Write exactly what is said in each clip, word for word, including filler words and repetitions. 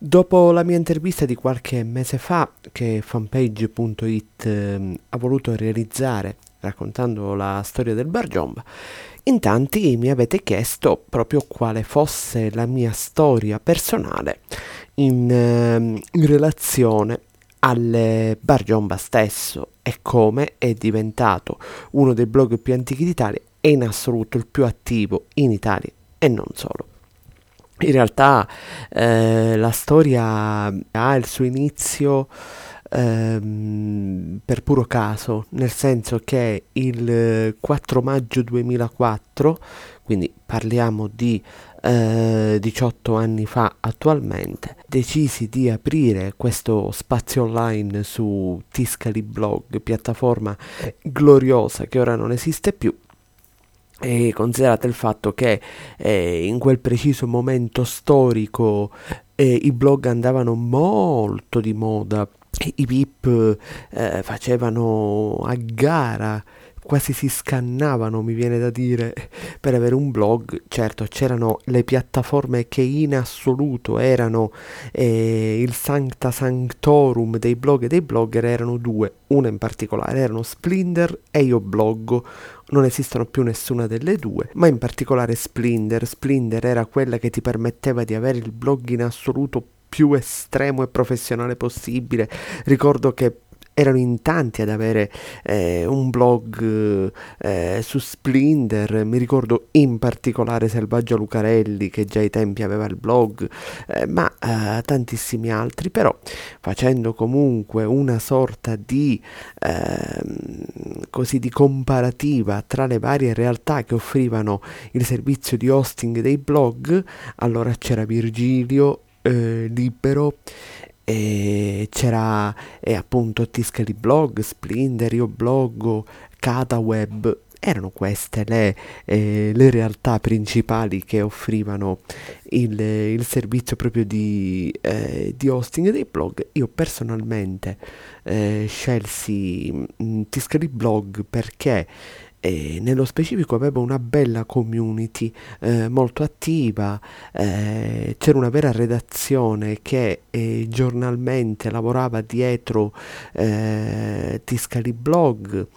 Dopo la mia intervista di qualche mese fa che fanpage punto it ehm, ha voluto realizzare raccontando la storia del bar Giomba, in tanti mi avete chiesto proprio quale fosse la mia storia personale in, ehm, in relazione al bar Giomba stesso e come è diventato uno dei blog più antichi d'Italia e in assoluto il più attivo in Italia e non solo. In realtà eh, la storia ha il suo inizio ehm, per puro caso, nel senso che il quattro maggio duemilaquattro, quindi parliamo di eh, diciotto anni fa attualmente, decisi di aprire questo spazio online su Tiscali Blog, piattaforma gloriosa che ora non esiste più. E considerate il fatto che eh, in quel preciso momento storico eh, i blog andavano molto di moda, i V I P eh, facevano a gara, quasi si scannavano, mi viene da dire, per avere un blog. Certo, c'erano le piattaforme che in assoluto erano eh, il sancta sanctorum dei blog e dei blogger, erano due, una in particolare, erano Splinder e Io Bloggo. Non esistono più nessuna delle due, ma in particolare Splinder. Splinder era quella che ti permetteva di avere il blog in assoluto più estremo e professionale possibile. Ricordo che erano in tanti ad avere eh, un blog eh, su Splinder. Mi ricordo in particolare Selvaggio Lucarelli, che già ai tempi aveva il blog, eh, ma eh, tantissimi altri. Però facendo comunque una sorta di ehm, così di comparativa tra le varie realtà che offrivano il servizio di hosting dei blog, allora c'era Virgilio, eh, Libero, e c'era eh, appunto Tiscali Blog, Splinder, Io Bloggo, Cataweb. Erano queste le, eh, le realtà principali che offrivano il, il servizio proprio di, eh, di hosting dei blog. Io personalmente eh, scelsi mh, Tiscali Blog perché e nello specifico aveva una bella community eh, molto attiva, eh, c'era una vera redazione che eh, giornalmente lavorava dietro eh, Tiscali Blog.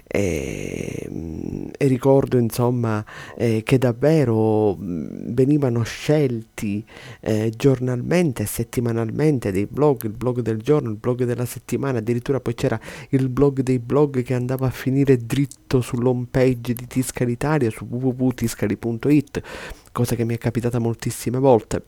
E, e ricordo insomma eh, che davvero mh, venivano scelti eh, giornalmente e settimanalmente dei blog, il blog del giorno, il blog della settimana. Addirittura poi c'era il blog dei blog che andava a finire dritto sull'home page di Tiscali Italia, su w w w punto tiscali punto it, cosa che mi è capitata moltissime volte.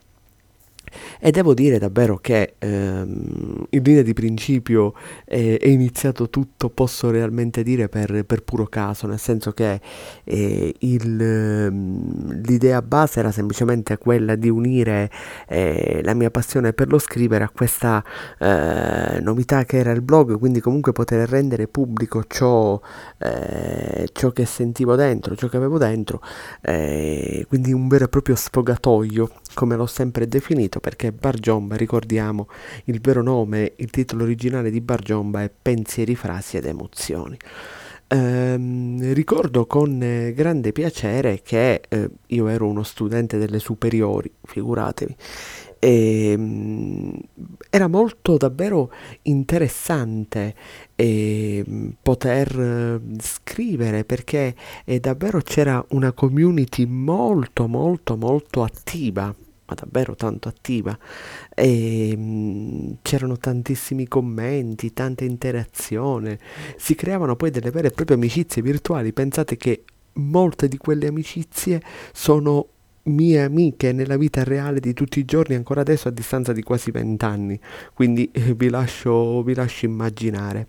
E devo dire davvero che ehm, in linea di principio eh, è iniziato tutto, posso realmente dire, per, per puro caso, nel senso che eh, il, ehm, l'idea base era semplicemente quella di unire eh, la mia passione per lo scrivere a questa eh, novità che era il blog, quindi comunque poter rendere pubblico ciò, eh, ciò che sentivo dentro, ciò che avevo dentro, eh, quindi un vero e proprio sfogatoio, come l'ho sempre definito, perché Bar Giomba, ricordiamo, il vero nome, il titolo originale di Bar Giomba è Pensieri, frasi ed emozioni. Ehm, ricordo con eh, grande piacere che eh, io ero uno studente delle superiori, figuratevi, e mm, era molto davvero interessante eh, poter eh, scrivere, perché eh, davvero c'era una community molto molto molto attiva, ma davvero tanto attiva, e mh, c'erano tantissimi commenti, tanta interazione, si creavano poi delle vere e proprie amicizie virtuali. Pensate che molte di quelle amicizie sono mie amiche nella vita reale di tutti i giorni, ancora adesso a distanza di quasi vent'anni, quindi eh, vi lascio, vi lascio immaginare.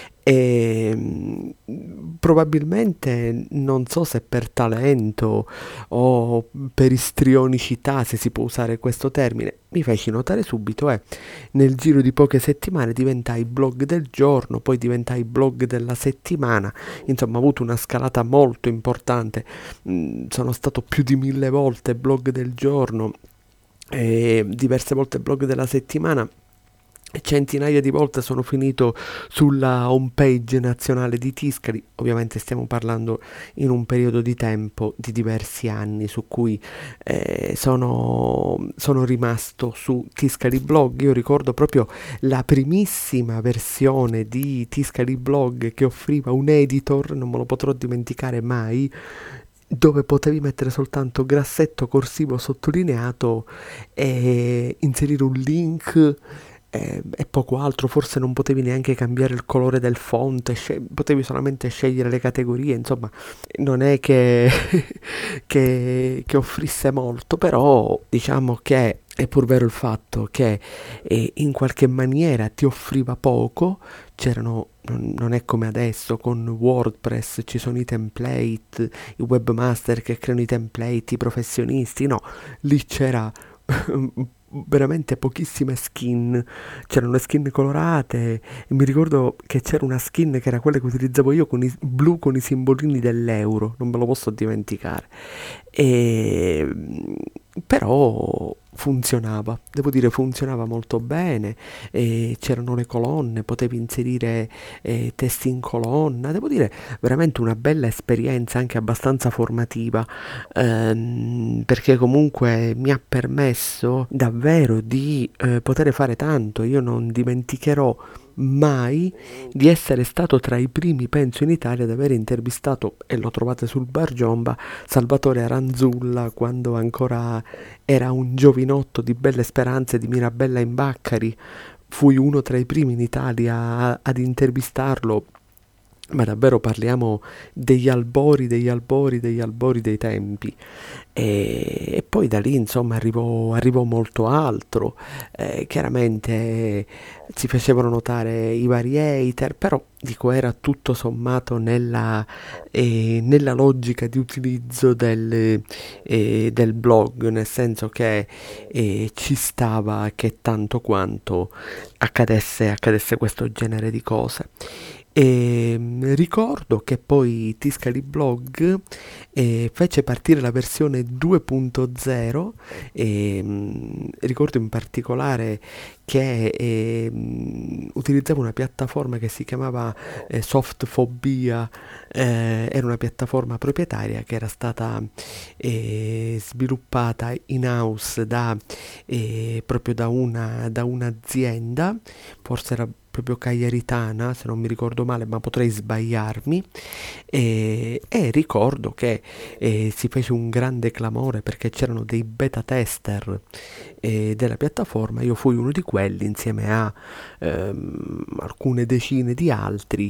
E mh, probabilmente, non so se per talento o per istrionicità, se si può usare questo termine, mi feci notare subito e nel giro di poche settimane diventai blog del giorno, poi diventai blog della settimana. Insomma, ho avuto una scalata molto importante. Mm, sono stato più di mille volte blog del giorno e diverse volte blog della settimana. Centinaia di volte sono finito sulla home page nazionale di Tiscali. Ovviamente stiamo parlando in un periodo di tempo di diversi anni su cui eh, sono, sono rimasto su Tiscali Blog. Io ricordo proprio la primissima versione di Tiscali Blog che offriva un editor, non me lo potrò dimenticare mai, dove potevi mettere soltanto grassetto corsivo sottolineato e inserire un link e, e poco altro. Forse non potevi neanche cambiare il colore del font, sce- potevi solamente scegliere le categorie. Insomma, non è che, che, che offrisse molto, però diciamo che è pur vero il fatto che eh, in qualche maniera ti offriva poco. C'erano, non non è come adesso con WordPress, ci sono i template, i webmaster che creano i template, i professionisti. No, lì c'era veramente pochissime skin. C'erano le skin colorate e mi ricordo che c'era una skin che era quella che utilizzavo io, con i blu con i simbolini dell'euro, non me lo posso dimenticare. E però funzionava, devo dire funzionava molto bene. E c'erano le colonne, potevi inserire eh, testi in colonna. Devo dire veramente una bella esperienza, anche abbastanza formativa, ehm, perché comunque mi ha permesso davvero di eh, poter fare tanto. Io non dimenticherò mai di essere stato tra i primi, penso, in Italia ad aver intervistato, e lo trovate sul Bar Giomba, Salvatore Aranzulla, quando ancora era un giovinotto di belle speranze di Mirabella in Baccari. Fui uno tra i primi in Italia a- ad intervistarlo, ma davvero parliamo degli albori, degli albori, degli albori dei tempi. E, e poi da lì insomma arrivò, arrivò molto altro. Eh, chiaramente si facevano notare i vari hater, però dico era tutto sommato nella, eh, nella logica di utilizzo del, eh, del blog, nel senso che eh, ci stava che tanto quanto accadesse, accadesse questo genere di cose. E mm, ricordo che poi Tiscali Blog eh, fece partire la versione due punto zero. E mm, ricordo in particolare che eh, mm, utilizzava una piattaforma che si chiamava eh, Softphobia. Eh, era una piattaforma proprietaria che era stata eh, sviluppata in house da, eh, proprio da, una, da un'azienda, forse era proprio cagliaritana se non mi ricordo male, ma potrei sbagliarmi. E, e ricordo che eh, si fece un grande clamore perché c'erano dei beta tester eh, della piattaforma. Io fui uno di quelli insieme a ehm, alcune decine di altri,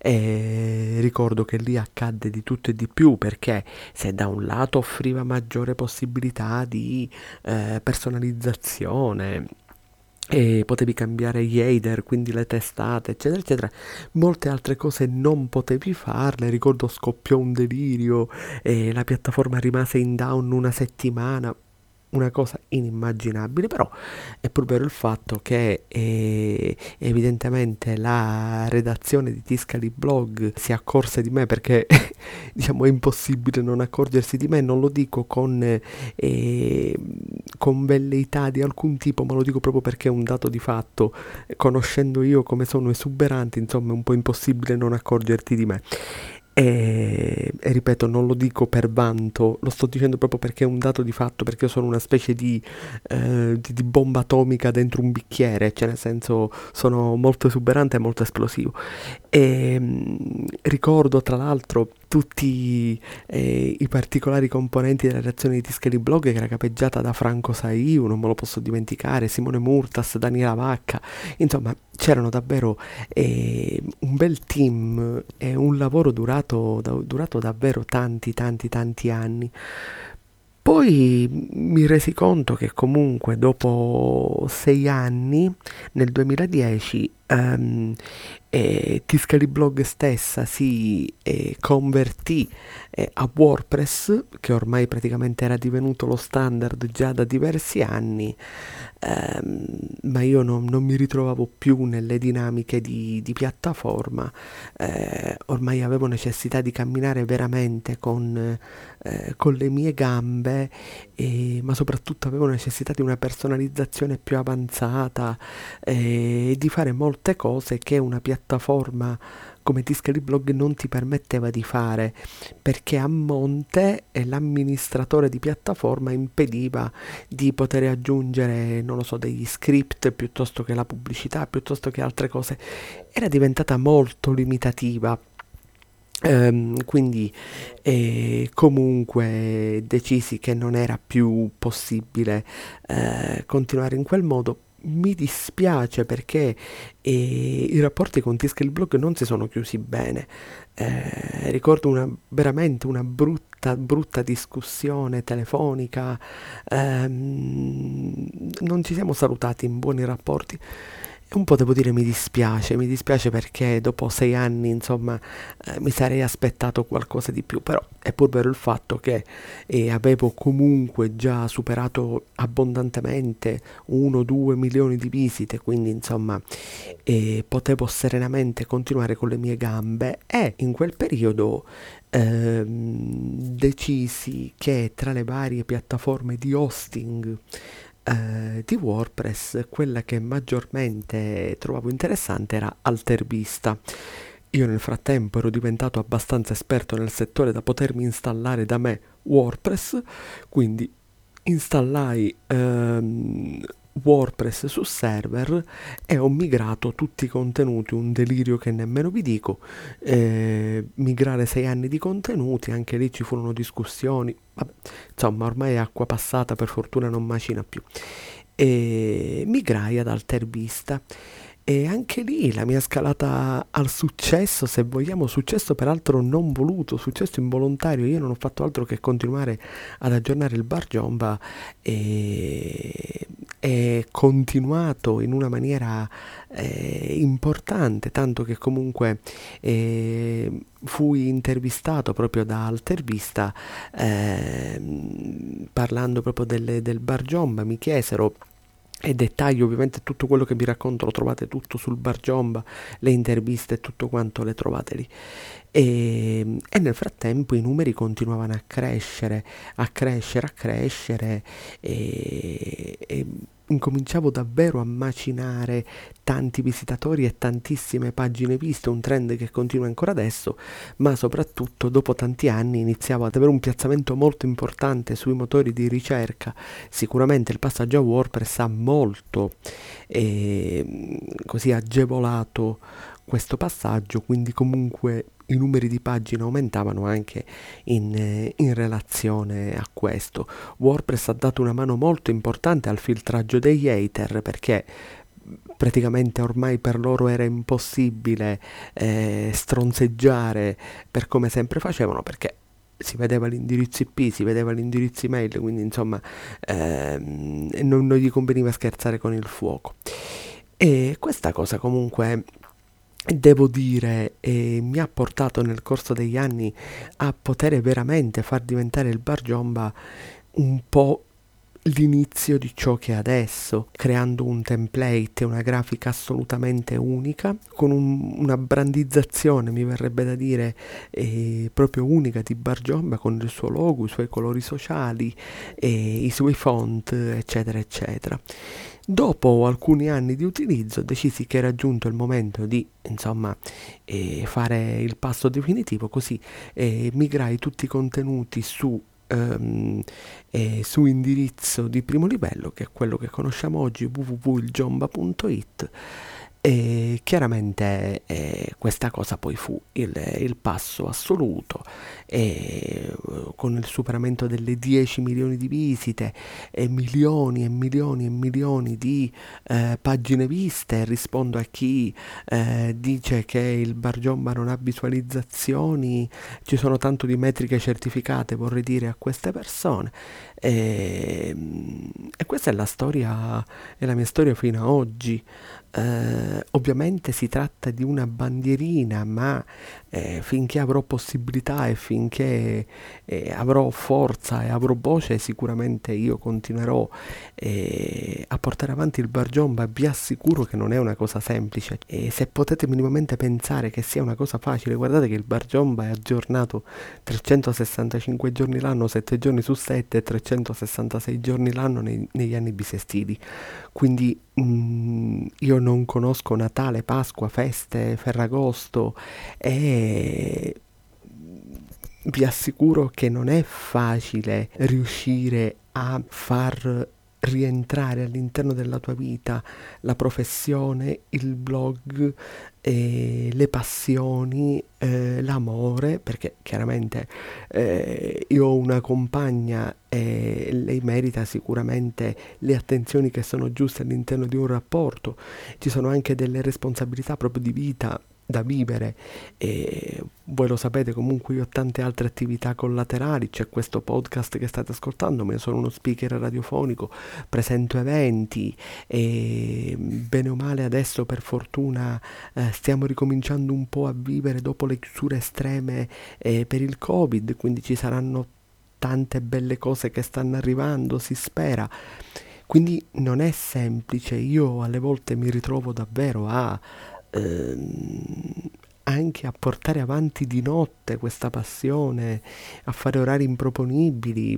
e ricordo che lì accadde di tutto e di più, perché se da un lato offriva maggiore possibilità di eh, personalizzazione e potevi cambiare gli header, quindi le testate, eccetera, eccetera, molte altre cose non potevi farle. Ricordo scoppiò un delirio e la piattaforma rimase in down una settimana, una cosa inimmaginabile. Però è pur vero il fatto che eh, evidentemente la redazione di Tiscali Blog si accorse di me, perché diciamo è impossibile non accorgersi di me. Non lo dico con, eh, con velleità di alcun tipo, ma lo dico proprio perché è un dato di fatto. Conoscendo io come sono esuberanti, insomma è un po' impossibile non accorgerti di me. E, e ripeto, non lo dico per vanto, lo sto dicendo proprio perché è un dato di fatto, perché io sono una specie di, eh, di, di bomba atomica dentro un bicchiere, cioè nel senso sono molto esuberante e molto esplosivo. E mh, ricordo tra l'altro tutti eh, i particolari componenti della redazione di Tiscali Blog, che era capeggiata da Franco Saiu, non me lo posso dimenticare, Simone Murtas, Daniela Vacca. Insomma, c'erano davvero eh, un bel team e un lavoro durato, da- durato davvero tanti, tanti, tanti anni. Poi mi resi conto che comunque dopo sei anni, nel duemiladieci, ehm, e Tiscali Blog stessa si eh, convertì eh, a WordPress, che ormai praticamente era divenuto lo standard già da diversi anni, ehm, ma io non, non mi ritrovavo più nelle dinamiche di, di piattaforma. Eh, ormai avevo necessità di camminare veramente con, eh, con le mie gambe, e- ma soprattutto avevo necessità di una personalizzazione più avanzata eh, e di fare molte cose che una piattaforma come Tiscali Blog non ti permetteva di fare, perché a monte eh, l'amministratore di piattaforma impediva di poter aggiungere, non lo so, degli script piuttosto che la pubblicità, piuttosto che altre cose. Era diventata molto limitativa. Ehm, quindi eh, comunque decisi che non era più possibile eh, continuare in quel modo. Mi dispiace perché eh, i rapporti con Tiskel Blog non si sono chiusi bene. Eh, ricordo una, veramente una brutta, brutta discussione telefonica. Ehm, non ci siamo salutati in buoni rapporti. E un po' devo dire mi dispiace, mi dispiace perché dopo sei anni, insomma, eh, mi sarei aspettato qualcosa di più, però è pur vero il fatto che eh, avevo comunque già superato abbondantemente uno due milioni di visite, quindi insomma eh, potevo serenamente continuare con le mie gambe e in quel periodo ehm, decisi che tra le varie piattaforme di hosting eh, di WordPress, quella che maggiormente trovavo interessante era Altervista. Io nel frattempo ero diventato abbastanza esperto nel settore da potermi installare da me WordPress, quindi installai ehm, WordPress su server e ho migrato tutti i contenuti, un delirio che nemmeno vi dico. Eh, migrare sei anni di contenuti, anche lì ci furono discussioni, vabbè, insomma ormai è acqua passata, per fortuna non macina più. E migrai ad Altervista. E anche lì la mia scalata al successo, se vogliamo, successo peraltro non voluto, successo involontario. Io non ho fatto altro che continuare ad aggiornare il bar Giomba e, e continuato in una maniera eh, importante, tanto che comunque eh, fui intervistato proprio da Altervista eh, parlando proprio del, del bar Giomba. Mi chiesero e dettaglio ovviamente tutto quello che vi racconto, lo trovate tutto sul bar Giomba, le interviste e tutto quanto le trovate lì. E, e nel frattempo i numeri continuavano a crescere, a crescere, a crescere e, e incominciavo davvero a macinare tanti visitatori e tantissime pagine viste, un trend che continua ancora adesso, ma soprattutto dopo tanti anni iniziavo ad avere un piazzamento molto importante sui motori di ricerca. Sicuramente il passaggio a WordPress ha molto eh, così agevolato questo passaggio, quindi comunque i numeri di pagine aumentavano anche in, eh, in relazione a questo. WordPress ha dato una mano molto importante al filtraggio degli hater, perché praticamente ormai per loro era impossibile eh, stronzeggiare per come sempre facevano, perché si vedeva l'indirizzo I P, si vedeva l'indirizzo email, quindi insomma ehm, non, non gli conveniva scherzare con il fuoco. E questa cosa comunque devo dire eh, mi ha portato nel corso degli anni a poter veramente far diventare il bar Giomba un po' l'inizio di ciò che è adesso, creando un template e una grafica assolutamente unica, con un- una brandizzazione, mi verrebbe da dire, eh, proprio unica di Bar Giomba, con il suo logo, i suoi colori sociali, eh, i suoi font, eccetera, eccetera. Dopo alcuni anni di utilizzo decisi che era giunto il momento di, insomma, eh, fare il passo definitivo, così eh, migrai tutti i contenuti su ehm, eh, su indirizzo di primo livello, che è quello che conosciamo oggi, w w w punto il giomba punto i t. E chiaramente eh, questa cosa poi fu il, il passo assoluto, e, con il superamento delle dieci milioni di visite e milioni e milioni e milioni di eh, pagine viste. Rispondo a chi eh, dice che il Bar Giomba non ha visualizzazioni, ci sono tanto di metriche certificate, vorrei dire a queste persone. E, e questa è la storia, è la mia storia fino ad oggi. Eh, ovviamente si tratta di una bandierina, ma eh, finché avrò possibilità e finché eh, avrò forza e avrò voce, sicuramente io continuerò eh, a portare avanti il bar Giomba. Vi assicuro che non è una cosa semplice, e se potete minimamente pensare che sia una cosa facile, guardate che il bar Giomba è aggiornato trecentosessantacinque giorni l'anno, sette giorni su sette e trecentosessantasei giorni l'anno nei- negli anni bisestili. Quindi mm, io non conosco Natale, Pasqua, feste, Ferragosto, e vi assicuro che non è facile riuscire a far rientrare all'interno della tua vita la professione, il blog, eh, le passioni, eh, l'amore, perché chiaramente eh, io ho una compagna e lei merita sicuramente le attenzioni che sono giuste all'interno di un rapporto. Ci sono anche delle responsabilità proprio di vita da vivere, e voi lo sapete, comunque io ho tante altre attività collaterali. C'è questo podcast che state ascoltando, ma io sono uno speaker radiofonico, presento eventi, e bene o male adesso per fortuna eh, stiamo ricominciando un po' a vivere dopo le chiusure estreme eh, per il Covid, quindi ci saranno tante belle cose che stanno arrivando, si spera. Quindi non è semplice, io alle volte mi ritrovo davvero a ehm, anche a portare avanti di notte questa passione, a fare orari improponibili,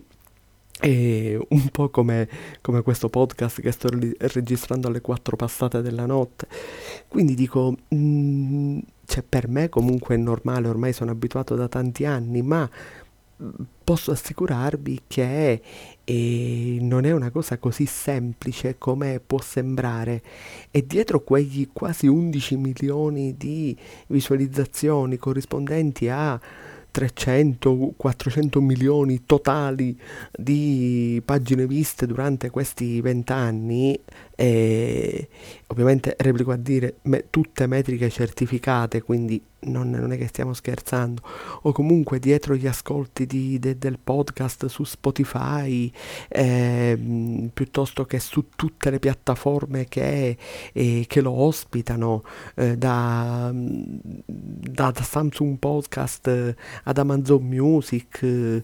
e un po' come, come questo podcast che sto ri- registrando alle quattro passate della notte. Quindi dico, mm, cioè per me comunque è normale, ormai sono abituato da tanti anni, ma mm, posso assicurarvi che eh, non è una cosa così semplice come può sembrare, e dietro quegli quasi undici milioni di visualizzazioni corrispondenti a trecento quattrocento milioni totali di pagine viste durante questi vent'anni, e ovviamente replico a dire me- tutte metriche certificate, quindi non, non è che stiamo scherzando, o comunque dietro gli ascolti di- de- del podcast su Spotify, ehm, piuttosto che su tutte le piattaforme che, eh, che lo ospitano, eh, da, da, da Samsung Podcast eh, ad Amazon Music, eh,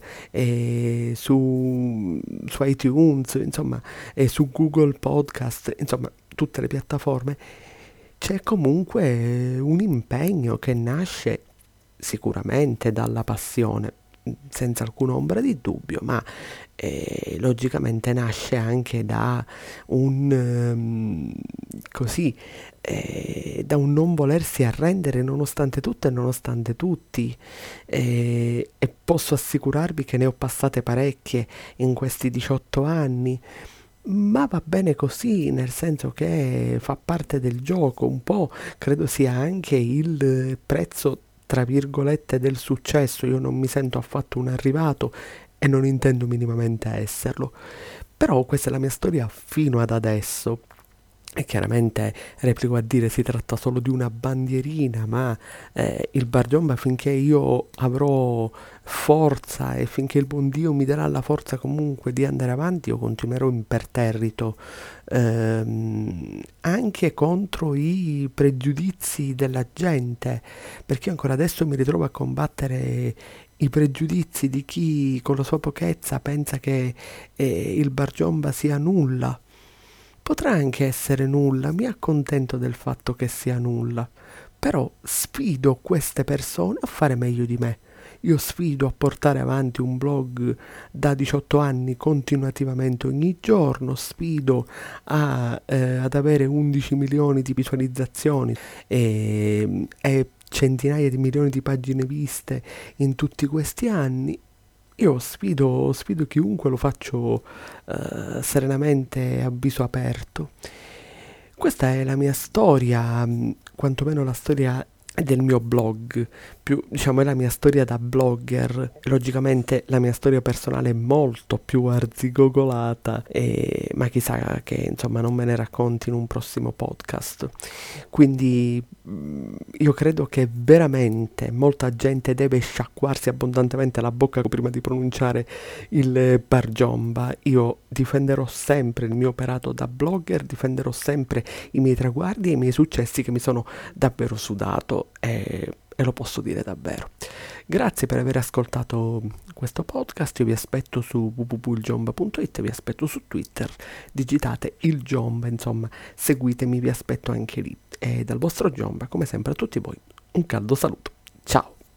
e su, su iTunes, insomma, e su Google Podcast, insomma, tutte le piattaforme. C'è comunque un impegno che nasce sicuramente dalla passione, senza alcuna ombra di dubbio, ma eh, logicamente nasce anche da un ehm, così eh, da un non volersi arrendere nonostante tutto e nonostante tutti, eh, e posso assicurarvi che ne ho passate parecchie in questi diciotto anni. Ma va bene così, nel senso che fa parte del gioco, un po' credo sia anche il prezzo, tra virgolette, del successo. Io non mi sento affatto un arrivato e non intendo minimamente esserlo. Però questa è la mia storia fino ad adesso. E chiaramente, replico a dire, si tratta solo di una bandierina, ma eh, il bar Giomba, finché io avrò forza e finché il buon Dio mi darà la forza comunque di andare avanti, io continuerò imperterrito, ehm, anche contro i pregiudizi della gente, perché io ancora adesso mi ritrovo a combattere i pregiudizi di chi con la sua pochezza pensa che eh, il bar Giomba sia nulla. Potrà anche essere nulla, mi accontento del fatto che sia nulla, però sfido queste persone a fare meglio di me. Io sfido a portare avanti un blog da diciotto anni continuativamente ogni giorno, sfido a, eh, ad avere undici milioni di visualizzazioni e, e centinaia di milioni di pagine viste in tutti questi anni. Io sfido, sfido chiunque, lo faccio eh, serenamente a viso aperto. Questa è la mia storia, mh, quantomeno la storia del mio blog, più diciamo è la mia storia da blogger. Logicamente la mia storia personale è molto più arzigogolata, e, ma chissà che insomma non me ne racconti in un prossimo podcast. Quindi mh, io credo che veramente molta gente deve sciacquarsi abbondantemente la bocca prima di pronunciare il bar giomba. Io difenderò sempre il mio operato da blogger, difenderò sempre i miei traguardi e i miei successi che mi sono davvero sudato, e, e lo posso dire davvero. Grazie per aver ascoltato questo podcast. Io vi aspetto su w w w punto il giomba punto it, vi aspetto su Twitter, digitate il Giomba, insomma seguitemi, vi aspetto anche lì. E dal vostro Giomba, come sempre, a tutti voi un caldo saluto. Ciao!